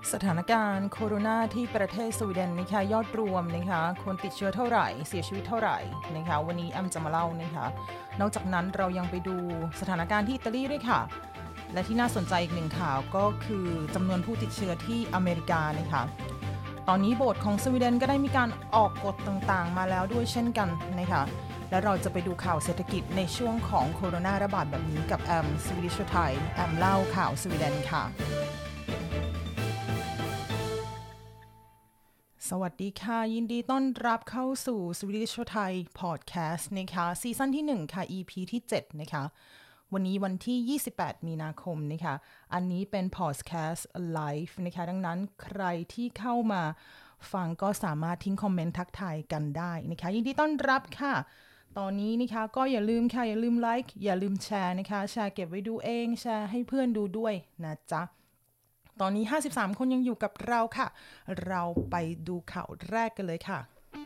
สถานการณ์โควิดที่ประเทศสวีเดนนะคะยอดรวมนะคะคนติดเชื้อเท่าไหร่เสียชีวิตเท่าไหร่นะคะวันนี้แอมจะมาเล่านะคะนอกจากนั้นเรายังไปดูสถานการณ์ที่อิตาลีด้วยค่ะและที่น่าสนใจอีกหนึ่งข่าวก็คือจำนวนผู้ติดเชื้อที่อเมริกานะคะตอนนี้โบสถ์ของสวีเดนก็ได้มีการออกกฎต่างๆมาแล้วด้วยเช่นกันนะคะและเราจะไปดูข่าวเศรษฐกิจในช่วงของโควิดระบาดแบบนี้กับแอมสวีดิชไทยแอมเล่าข่าวสวีเดนค่ะสวัสดีค่ะยินดีต้อนรับเข้าสู่ Swedish Thai Podcast นะคะซีซั่นที่1ค่ะ EP ที่7นะคะวันนี้วันที่28มีนาคมนะคะอันนี้เป็น Podcast Live นะคะดังนั้นใครที่เข้ามาฟังก็สามารถทิ้งคอมเมนต์ทักทายกันได้นะคะยินดีต้อนรับค่ะตอนนี้นะคะก็อย่าลืมไลค์อย่าลืมแชร์นะคะแชร์เก็บไว้ดูเองแชร์ให้เพื่อนดูด้วยนะจ๊ะตอนนี้53คนยังอยู่กับเราค่ะเราไปดูข่าวแรกกันเลยค่ะ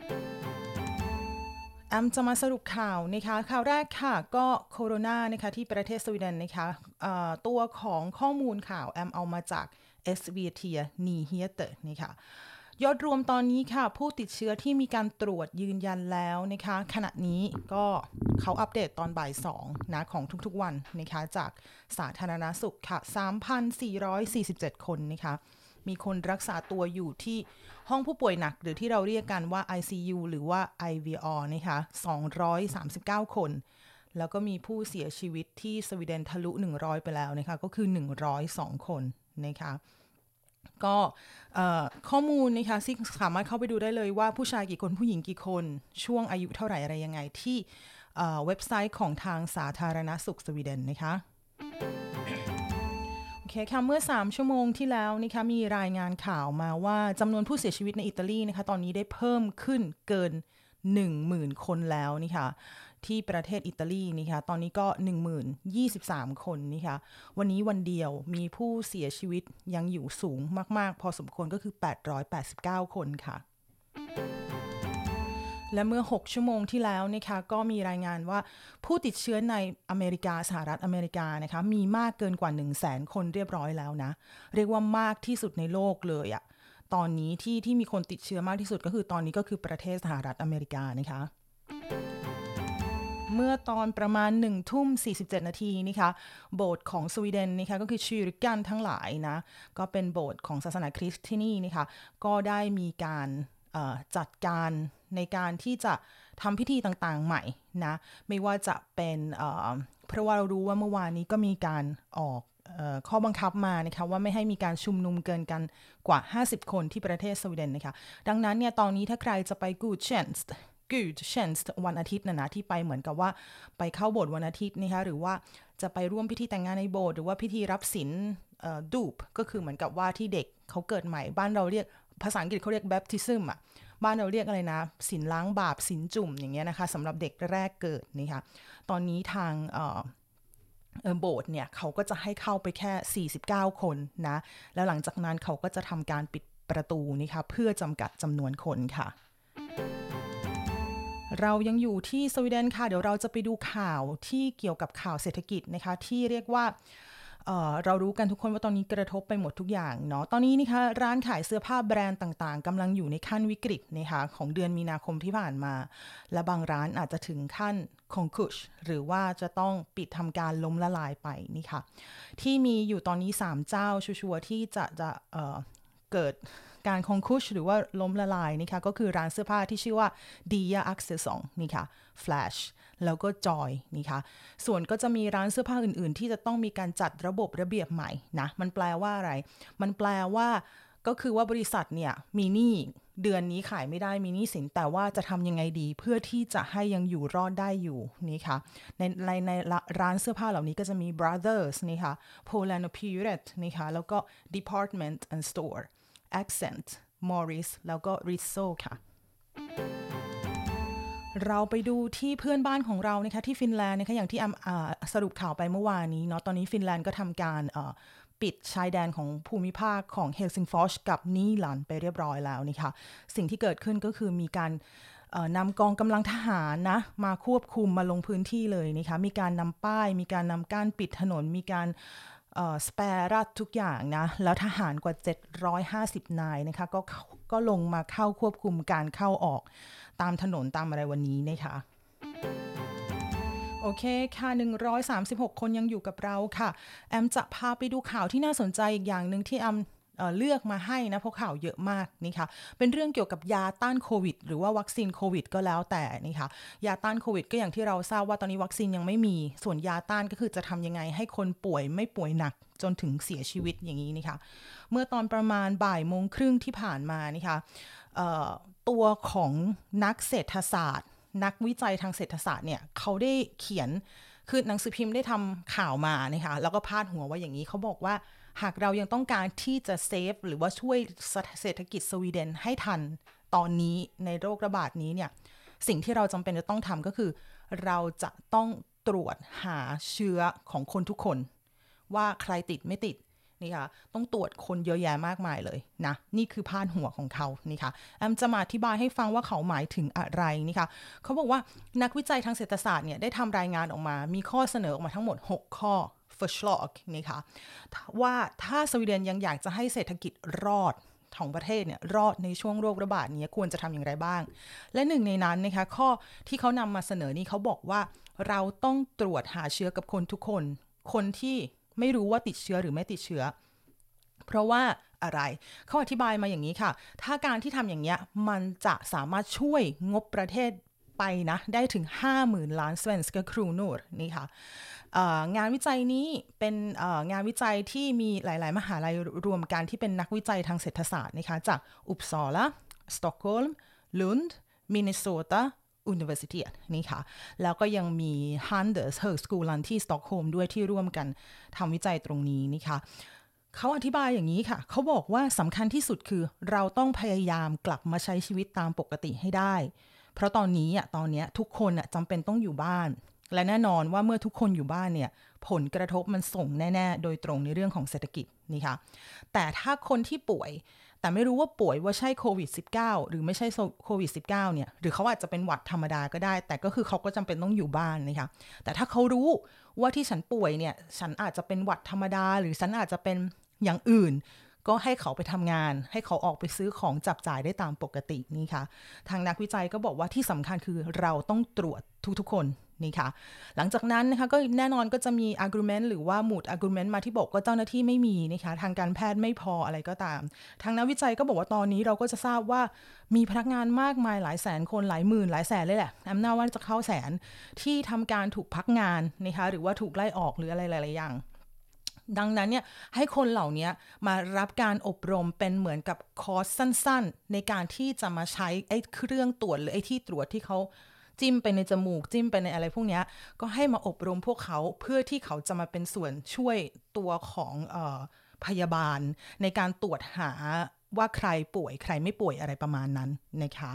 แอมจะมาสรุปข่าวนะคะข่าวแรกค่ะก็โควิดนะคะที่ประเทศสวีเดนนะคะตัวของข้อมูลข่าวแอมเอามาจาก SVT Nyheter นะคะยอดรวมตอนนี้ค่ะผู้ติดเชื้อที่มีการตรวจยืนยันแล้วนะคะขณะนี้ก็เขาอัปเดตตอนบ่าย2นะของทุกๆวันนะคะจากสาธารณสุขค่ะ 3,447 คนนะคะมีคนรักษาตัวอยู่ที่ห้องผู้ป่วยหนักหรือที่เราเรียกกันว่า ICU หรือว่า IVR นะคะ239 คนแล้วก็มีผู้เสียชีวิตที่สวีเดนทะลุ100ไปแล้วนะคะก็คือ102คนนะคะก็ข้อมูลนะคะที่สามารถเข้าไปดูได้เลยว่าผู้ชายกี่คนผู้หญิงกี่คนช่วงอายุเท่าไหร่อะไรยังไงที่เว็บไซต์ของทางสาธารณสุขสวีเดนนะคะโอเคค่ะเมื่อ3ชั่วโมงที่แล้วนะคะมีรายงานข่าวมาว่าจำนวนผู้เสียชีวิตในอิตาลีนะคะตอนนี้ได้เพิ่มขึ้นเกิน 10,000 คนแล้วนะคะที่ประเทศอิตาลีนะคะตอนนี้ก็ 10,023 คนนะคะวันนี้วันเดียวมีผู้เสียชีวิตยังอยู่สูงมากๆพอสมควรก็คือ889คนค่ะและเมื่อ6ชั่วโมงที่แล้วนะคะก็มีรายงานว่าผู้ติดเชื้อในอเมริกาสหรัฐอเมริกานะคะมีมากเกินกว่า 100,000 คนเรียบร้อยแล้วนะเรียกว่ามากที่สุดในโลกเลยอะตอนนี้ที่มีคนติดเชื้อมากที่สุดก็คือตอนนี้ก็คือประเทศสหรัฐอเมริกานะคะเมื่อตอนประมาณ19:47 นาทีนะคะโบสถ์ของสวีเดนนะคะก็คือชิริกันทั้งหลายนะก็เป็นโบสถ์ของศาสนาคริสต์ที่นี่นะคะก็ได้มีการจัดการในการที่จะทำพิธีต่างๆใหม่นะไม่ว่าจะเป็นเพราะว่าเรารู้ว่าเมื่อวานนี้ก็มีการออกข้อบังคับมานะคะว่าไม่ให้มีการชุมนุมเกินกันกว่า50คนที่ประเทศสวีเดนนะคะดังนั้นเนี่ยตอนนี้ถ้าใครจะไปกูดเชนส์วันอาทิตย์นะที่ไปเหมือนกับว่าไปเข้าโบสถ์วันอาทิตย์นะคะหรือว่าจะไปร่วมพิธีแต่งงานในโบสถ์หรือว่าพิธีรับศีลดูปก็คือเหมือนกับว่าที่เด็กเขาเกิดใหม่บ้านเราเรียกภาษาอังกฤษเขาเรียก baptism อ่ะบ้านเราเรียกอะไรนะศีลล้างบาปศีลจุ่มอย่างเงี้ยนะคะสำหรับเด็กแรกเกิดนี่ค่ะตอนนี้ทางโบสถ์เนี่ยเขาก็จะให้เข้าไปแค่49คนนะแล้วหลังจากนั้นเขาก็จะทำการปิดประตูนี่ค่ะเพื่อจำกัดจำนวนคนค่ะเรายังอยู่ที่สวีเดนค่ะเดี๋ยวเราจะไปดูข่าวที่เกี่ยวกับข่าวเศรษฐกิจนะคะที่เรียกว่าเรารู้กันทุกคนว่าตอนนี้กระทบไปหมดทุกอย่างเนาะตอนนี้นะคะร้านขายเสื้อผ้าแบรนด์ต่างๆกำลังอยู่ในขั้นวิกฤตนะคะของเดือนมีนาคมที่ผ่านมาและบางร้านอาจจะถึงขั้นconcurs หรือว่าจะต้องปิดทำการล้มละลายไปนี่ค่ะที่มีอยู่ตอนนี้3เจ้าชัวร์ที่จะเกิดการคองคุชหรือว่าล้มละลายนี่ค่ะก็คือร้านเสื้อผ้าที่ชื่อว่า Dia Accessory นี่ค่ะ Flash แล้วก็ Joy นี่ค่ะส่วนก็จะมีร้านเสื้อผ้าอื่นๆที่จะต้องมีการจัดระบบระเบียบใหม่นะมันแปลว่าอะไรมันแปลว่าก็คือว่าบริษัทเนี่ยมีหนี้เดือนนี้ขายไม่ได้มีหนี้สินแต่ว่าจะทำยังไงดีเพื่อที่จะให้ยังอยู่รอดได้อยู่นี่ค่ะในร้านเสื้อผ้าเหล่านี้ก็จะมี Brothers นี่ค่ะ Poland Puret นี่ค่ะแล้วก็ Department and Store Accent Morris แล้วก็ Rizzo ค่ะเราไปดูที่เพื่อนบ้านของเรานะคะที่ฟินแลนด์นะคะอย่างที่สรุปข่าวไปเมื่อวานนี้เนาะตอนนี้ฟินแลนด์ก็ทำการปิดชายแดนของภูมิภาคของเฮลซิงฟอร์ชกับนีแลนด์ไปเรียบร้อยแล้วนะคะสิ่งที่เกิดขึ้นก็คือมีการนำกองกำลังทหารนะมาควบคุมมาลงพื้นที่เลยนะคะมีการนำป้ายมีการนำก้านปิดถนนมีการสเปรัตทุกอย่างนะแล้วทหารกว่า750นายนะคะก็ลงมาเข้าควบคุมการเข้าออกตามถนนตามอะไรวันนี้นะคะโอเคค่ะ136คนยังอยู่กับเราค่ะแอมจะพาไปดูข่าวที่น่าสนใจอีกอย่างหนึ่งที่แอมเลือกมาให้นะเพราะข่าวเยอะมากนี่ค่ะเป็นเรื่องเกี่ยวกับยาต้านโควิดหรือว่าวัคซีนโควิดก็แล้วแต่นี่ค่ะยาต้านโควิดก็อย่างที่เราทราบว่าตอนนี้วัคซีนยังไม่มีส่วนยาต้านก็คือจะทำยังไงให้คนป่วยไม่ป่วยหนักจนถึงเสียชีวิตอย่างนี้นี่ค่ะเมื่อตอนประมาณบ่ายโมงครึ่งที่ผ่านมานี่ค่ะตัวของนักเศรษฐศาสตร์นักวิจัยทางเศรษฐศาสตร์เนี่ยเขาได้เขียนคือหนังสือพิมพ์ได้ทำข่าวมานะคะแล้วก็พาดหัวว่าอย่างนี้เขาบอกว่าหากเรายังต้องการที่จะเซฟหรือว่าช่วยเศรษฐกิจสวีเดนให้ทันตอนนี้ในโรคระบาดนี้เนี่ยสิ่งที่เราจำเป็นจะต้องทำก็คือเราจะต้องตรวจหาเชื้อของคนทุกคนว่าใครติดไม่ติดนี่ค่ะต้องตรวจคนเยอะแยะมากมายเลยนะนี่คือพาดหัวของเขานี่ค่ะแอมจะมาอธิบายให้ฟังว่าเขาหมายถึงอะไรนี่ค่ะเขาบอกว่านักวิจัยทางเศรษฐศาสตร์เนี่ยได้ทำรายงานออกมามีข้อเสนอออกมาทั้งหมด6ข้อ förslag นี่ค่ะว่าถ้าสวีเดนยังอยากจะให้เศรษฐกิจรอดของประเทศเนี่ยรอดในช่วงโรคระบาดนี้ควรจะทำอย่างไรบ้างและหนึ่งในนั้นนะคะข้อที่เขานำมาเสนอนี่เขาบอกว่าเราต้องตรวจหาเชื้อกับคนทุกคนที่ไม่รู้ว่าติดเชื้อหรือไม่ติดเชื้อเพราะว่าอะไรเขาอธิบายมาอย่างนี้ค่ะถ้าการที่ทำอย่างเงี้ยมันจะสามารถช่วยงบประเทศไปนะได้ถึง 50,000 ล้าน svenska kronor นี่ค่ะงานวิจัยนี้เป็นงานวิจัยที่มีหลายๆมหาลัยรวมกันที่เป็นนักวิจัยทางเศรษฐศาสตร์นะคะจากอุปซาลาสต็อกโฮล์มลุนด์มินนิโซตาuniversitet นี่ค่ะแล้วก็ยังมี Handels Högskolan ที่สต็อกโฮล์มด้วยที่ร่วมกันทำวิจัยตรงนี้นี่ค่ะเขาอธิบายอย่างนี้ค่ะเขาบอกว่าสำคัญที่สุดคือเราต้องพยายามกลับมาใช้ชีวิตตามปกติให้ได้เพราะตอนนี้ทุกคนจำเป็นต้องอยู่บ้านและแน่นอนว่าเมื่อทุกคนอยู่บ้านเนี่ยผลกระทบมันส่งแน่ๆโดยตรงในเรื่องของเศรษฐกิจนี่ค่ะแต่ถ้าคนที่ป่วยแต่ไม่รู้ว่าป่วยว่าใช่โควิด -19 หรือไม่ใช่โควิด -19 เนี่ยหรือเขาอาจจะเป็นหวัดธรรมดาก็ได้แต่ก็คือเขาก็จำเป็นต้องอยู่บ้านนะคะแต่ถ้าเขารู้ว่าที่ฉันป่วยเนี่ยฉันอาจจะเป็นหวัดธรรมดาหรือฉันอาจจะเป็นอย่างอื่นก็ให้เขาไปทำงานให้เขาออกไปซื้อของจับจ่ายได้ตามปกตินี่ค่ะทางนักวิจัยก็บอกว่าที่สำคัญคือเราต้องตรวจทุกๆคนนี่ค่ะหลังจากนั้นนะคะก็แน่นอนก็จะมี argument หรือว่าหมุด argument มาที่บอกว่าเจ้าหน้าที่ไม่มีนะคะทางการแพทย์ไม่พออะไรก็ตามทางนักวิจัยก็บอกว่าตอนนี้เราก็จะทราบว่ามีพนักงานมากมายหลายแสนคนหลายหมื่นหลายแสนเลยแหละแอมน่าว่าจะเข้าแสนที่ทำการถูกพักงานนะคะหรือว่าถูกไล่ออกหรืออะไรหลายๆอย่างดังนั้นเนี่ยให้คนเหล่านี้มารับการอบรมเป็นเหมือนกับคอร์สสั้นๆในการที่จะมาใช้ไอ้เครื่องตรวจหรือไอ้ที่ตรวจที่เขาจิ้มไปในจมูกจิ้มไปในอะไรพวกนี้ก็ให้มาอบรมพวกเขาเพื่อที่เขาจะมาเป็นส่วนช่วยตัวของพยาบาลในการตรวจหาว่าใครป่วยใครไม่ป่วยอะไรประมาณนั้นนะคะ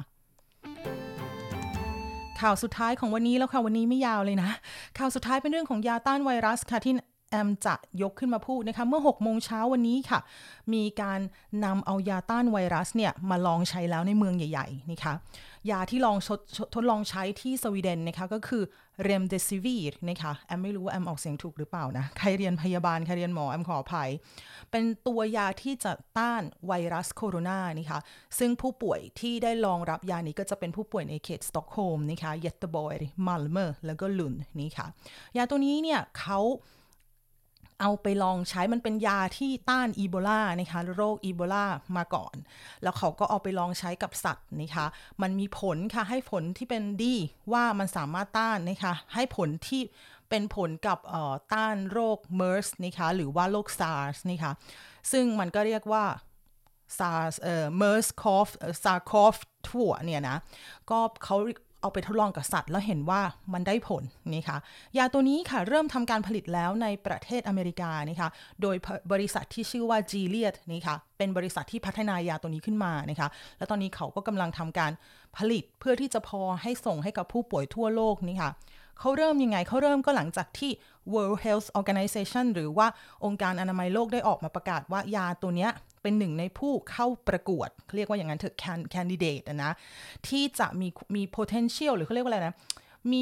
ข่าวสุดท้ายของวันนี้แล้วค่ะวันนี้ไม่ยาวเลยนะข่าวสุดท้ายเป็นเรื่องของยาต้านไวรัสค่ะที่แอมจะยกขึ้นมาพูดนะคะเมื่อ6 โมงเช้าวันนี้ค่ะมีการนำเอายาต้านไวรัสเนี่ยมาลองใช้แล้วในเมืองใหญ่ๆนะคะยาที่ทดลองใช้ที่สวีเดนนะคะก็คือเรมเดซิวีรนะคะแอมไม่รู้ว่าแอมออกเสียงถูกหรือเปล่านะใครเรียนพยาบาลใครเรียนหมอแอมขออภัยเป็นตัวยาที่จะต้านไวรัสโคโรนานี่ค่ะซึ่งผู้ป่วยที่ได้ลองรับยานี้ก็จะเป็นผู้ป่วยในเขตสต็อกโฮล์มนะคะเยตเตอร์บอยมัลเมอร์แล้วก็ลุนนี่ค่ะยาตัวนี้เนี่ยเขาเอาไปลองใช้มันเป็นยาที่ต้านอีโบลานะคะโรคอีโบลามาก่อนแล้วเขาก็เอาไปลองใช้กับสัตว์นะคะมันมีผลค่ะให้ผลที่เป็นดีว่ามันสามารถต้านนะคะให้ผลที่เป็นผลกับต้านโรค MERS นะคะหรือว่าโรค SARS นะคะซึ่งมันก็เรียกว่า SARS MERS-CoV SARS-CoV-2 เนี่ยนะก็เขาเอาไปทดลองกับสัตว์แล้วเห็นว่ามันได้ผลนี่ค่ะยาตัวนี้ค่ะเริ่มทำการผลิตแล้วในประเทศอเมริกานี่ค่ะโดยบริษัทที่ชื่อว่า Gilead นี่ค่ะเป็นบริษัทที่พัฒนายาตัวนี้ขึ้นมานะคะและตอนนี้เขาก็กำลังทำการผลิตเพื่อที่จะพอให้ส่งให้กับผู้ป่วยทั่วโลกนี่ค่ะเขาเริ่มยังไงเขาเริ่มก็หลังจากที่ World Health Organization หรือว่าองค์การอนามัยโลกได้ออกมาประกาศว่ายาตัวเนี้ยเป็นหนึ่งในผู้เข้าประกวดเรียกว่าอย่างนั้นเถอะ candidate นะที่จะมี potential หรือเขาเรียกว่าอะไรนะมี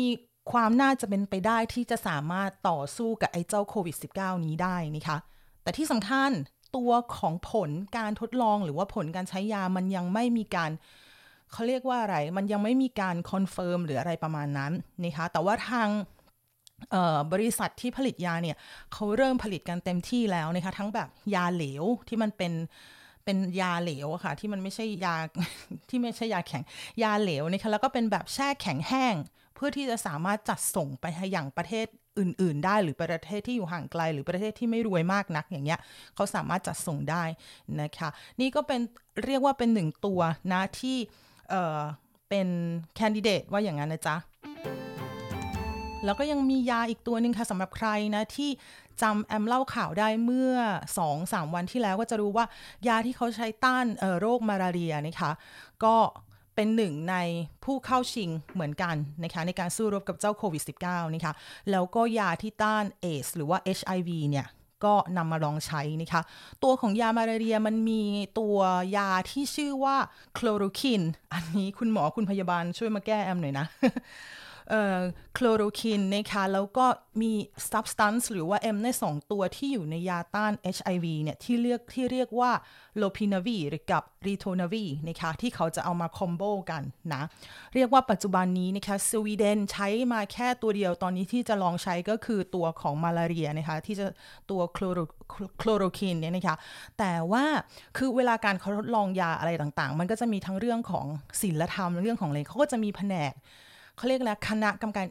ความน่าจะเป็นไปได้ที่จะสามารถต่อสู้กับไอ้เจ้าโควิด -19 นี้ได้นะคะแต่ที่สำคัญตัวของผลการทดลองหรือว่าผลการใช้ยามันยังไม่มีการเขาเรียกว่าอะไรมันยังไม่มีการคอนเฟิร์มหรืออะไรประมาณนั้นนะคะแต่ว่าทางบริษัทที่ผลิตยาเนี่ยเขาเริ่มผลิตกันเต็มที่แล้วนะคะทั้งแบบยาเหลวที่มันเป็นยาเหลวอะค่ะที่มันไม่ใช่ยา ที่ไม่ใช่ยาแข็งยาเหลวนะคะแล้วก็เป็นแบบแช่แข็งแห้งเพื่อที่จะสามารถจัดส่งไปให้อย่างประเทศอื่นๆได้หรือประเทศที่อยู่ห่างไกลหรือประเทศที่ไม่รวยมากนักอย่างเงี้ยเขาสามารถจัดส่งได้นะคะนี่ก็เป็นเรียกว่าเป็นหนึ่งตัวนะที่เป็นแคนดิเดตว่าอย่างนั้นนะจ๊ะแล้วก็ยังมียาอีกตัวหนึ่งค่ะสำหรับใครนะที่จำแอมเล่าข่าวได้เมื่อ 2-3 วันที่แล้วก็จะรู้ว่ายาที่เขาใช้ต้านโรคมาลาเรียนะคะก็เป็นหนึ่งในผู้เข้าชิงเหมือนกันนะคะในการสู้รบกับเจ้าโควิด -19 นะคะแล้วก็ยาที่ต้านเอสหรือว่า HIV เนี่ยก็นำมาลองใช้นะคะตัวของยามาลาเรียมันมีตัวยาที่ชื่อว่าโคลโรคินอันนี้คุณหมอคุณพยาบาลช่วยมาแก้แอมหน่อยนะโคลโรคินนะคะแล้วก็มี substance หรือว่า M ใน2ตัวที่อยู่ในยาต้าน HIV เนี่ยที่เรียกว่า Lopinavir หรือกับ Ritonavir นะคะที่เขาจะเอามาคอมโบกันนะเรียกว่าปัจจุบันนี้นะคะสวีเดนใช้มาแค่ตัวเดียวตอนนี้ที่จะลองใช้ก็คือตัวของมาลาเรียนะคะที่จะตัวโคลโรคินเนี่ยนะคะแต่ว่าคือเวลาการเขาทดลองยาอะไรต่างๆมันก็จะมีทั้งเรื่องของศีลธรรมเรื่องของอะไรเขาก็จะมีแผนกเขาเรียกแล้วคณะกรรมการ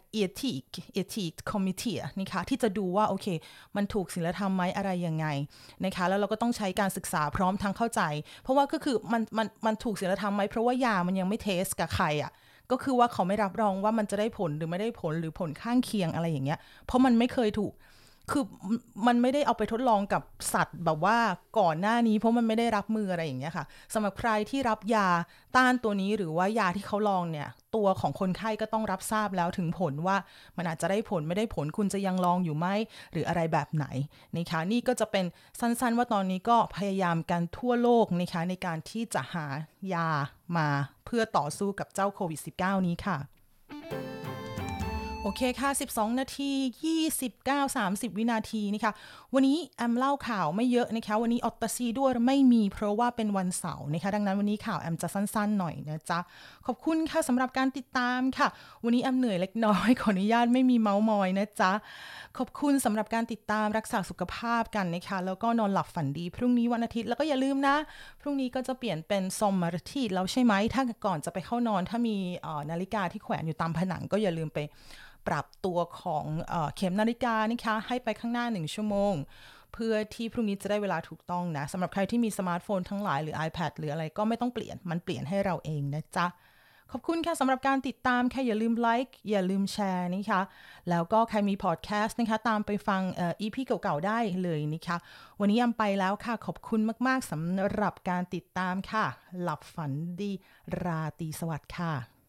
ethic committee นะคะที่จะดูว่าโอเคมันถูกศีลธรรมไหมอะไรยังไงนะคะแล้วเราก็ต้องใช้การศึกษาพร้อมทั้งเข้าใจเพราะว่าก็คือมันถูกศีลธรรมไหมเพราะว่ายามันยังไม่เทสกับใครอ่ะก็คือว่าเขาไม่รับรองว่ามันจะได้ผลหรือไม่ได้ผลหรือผลข้างเคียงอะไรอย่างเงี้ยเพราะมันไม่เคยถูกคือมันไม่ได้เอาไปทดลองกับสัตว์แบบว่าก่อนหน้านี้เพราะมันไม่ได้รับมืออะไรอย่างเงี้ยค่ะสำหรับใครที่รับยาต้านตัวนี้หรือว่ายาที่เขาลองเนี่ยตัวของคนไข้ก็ต้องรับทราบแล้วถึงผลว่ามันอาจจะได้ผลไม่ได้ผลคุณจะยังลองอยู่ไหมหรืออะไรแบบไหนนะคะนี่ก็จะเป็นสั้นๆว่าตอนนี้ก็พยายามกันทั่วโลกนะคะในการที่จะหายามาเพื่อต่อสู้กับเจ้าโควิด -19 นี้ค่ะโอเคค่ะ12นาที29-30วินาทีนะคะวันนี้แอมเล่าข่าวไม่เยอะนะคะวันนี้ออตตาซีด้วยไม่มีเพราะว่าเป็นวันเสาร์นะคะดังนั้นวันนี้ข่าวแอมจะสั้นๆหน่อยนะจ๊ะขอบคุณค่ะสำหรับการติดตามค่ะวันนี้แอมเหนื่อยเล็กน้อยขออนุญาตไม่มีเมาส์มอยนะจ๊ะขอบคุณสำหรับการติดตามรักษาสุขภาพกันนะคะแล้วก็นอนหลับฝันดีพรุ่งนี้วันอาทิตย์แล้วก็อย่าลืมนะพรุ่งนี้ก็จะเปลี่ยนเป็นซอมมาร์ทีแล้วใช่ไหมถ้าก่อนจะไปเข้านอนถ้ามีนาฬิกาที่แขวนอยู่ตามผนังก็อย่าลืมไปปรับตัวของเข็มนาฬิกานะคะให้ไปข้างหน้า1ชั่วโมงเพื่อที่พรุ่งนี้จะได้เวลาถูกต้องนะสำหรับใครที่มีสมาร์ทโฟนทั้งหลายหรือ iPad หรืออะไรก็ไม่ต้องเปลี่ยนมันเปลี่ยนให้เราเองนะจ๊ะขอบคุณค่ะสำหรับการติดตามค่ะอย่าลืมไลค์อย่าลืมแชร์นะคะแล้วก็ใครมีพอดแคสต์นะคะตามไปฟังEP เก่าๆได้เลยนะคะวันนี้ยำไปแล้วค่ะขอบคุณมากๆสำหรับการติดตามค่ะหลับฝันดีราตรีสวัสดิ์ค่ะ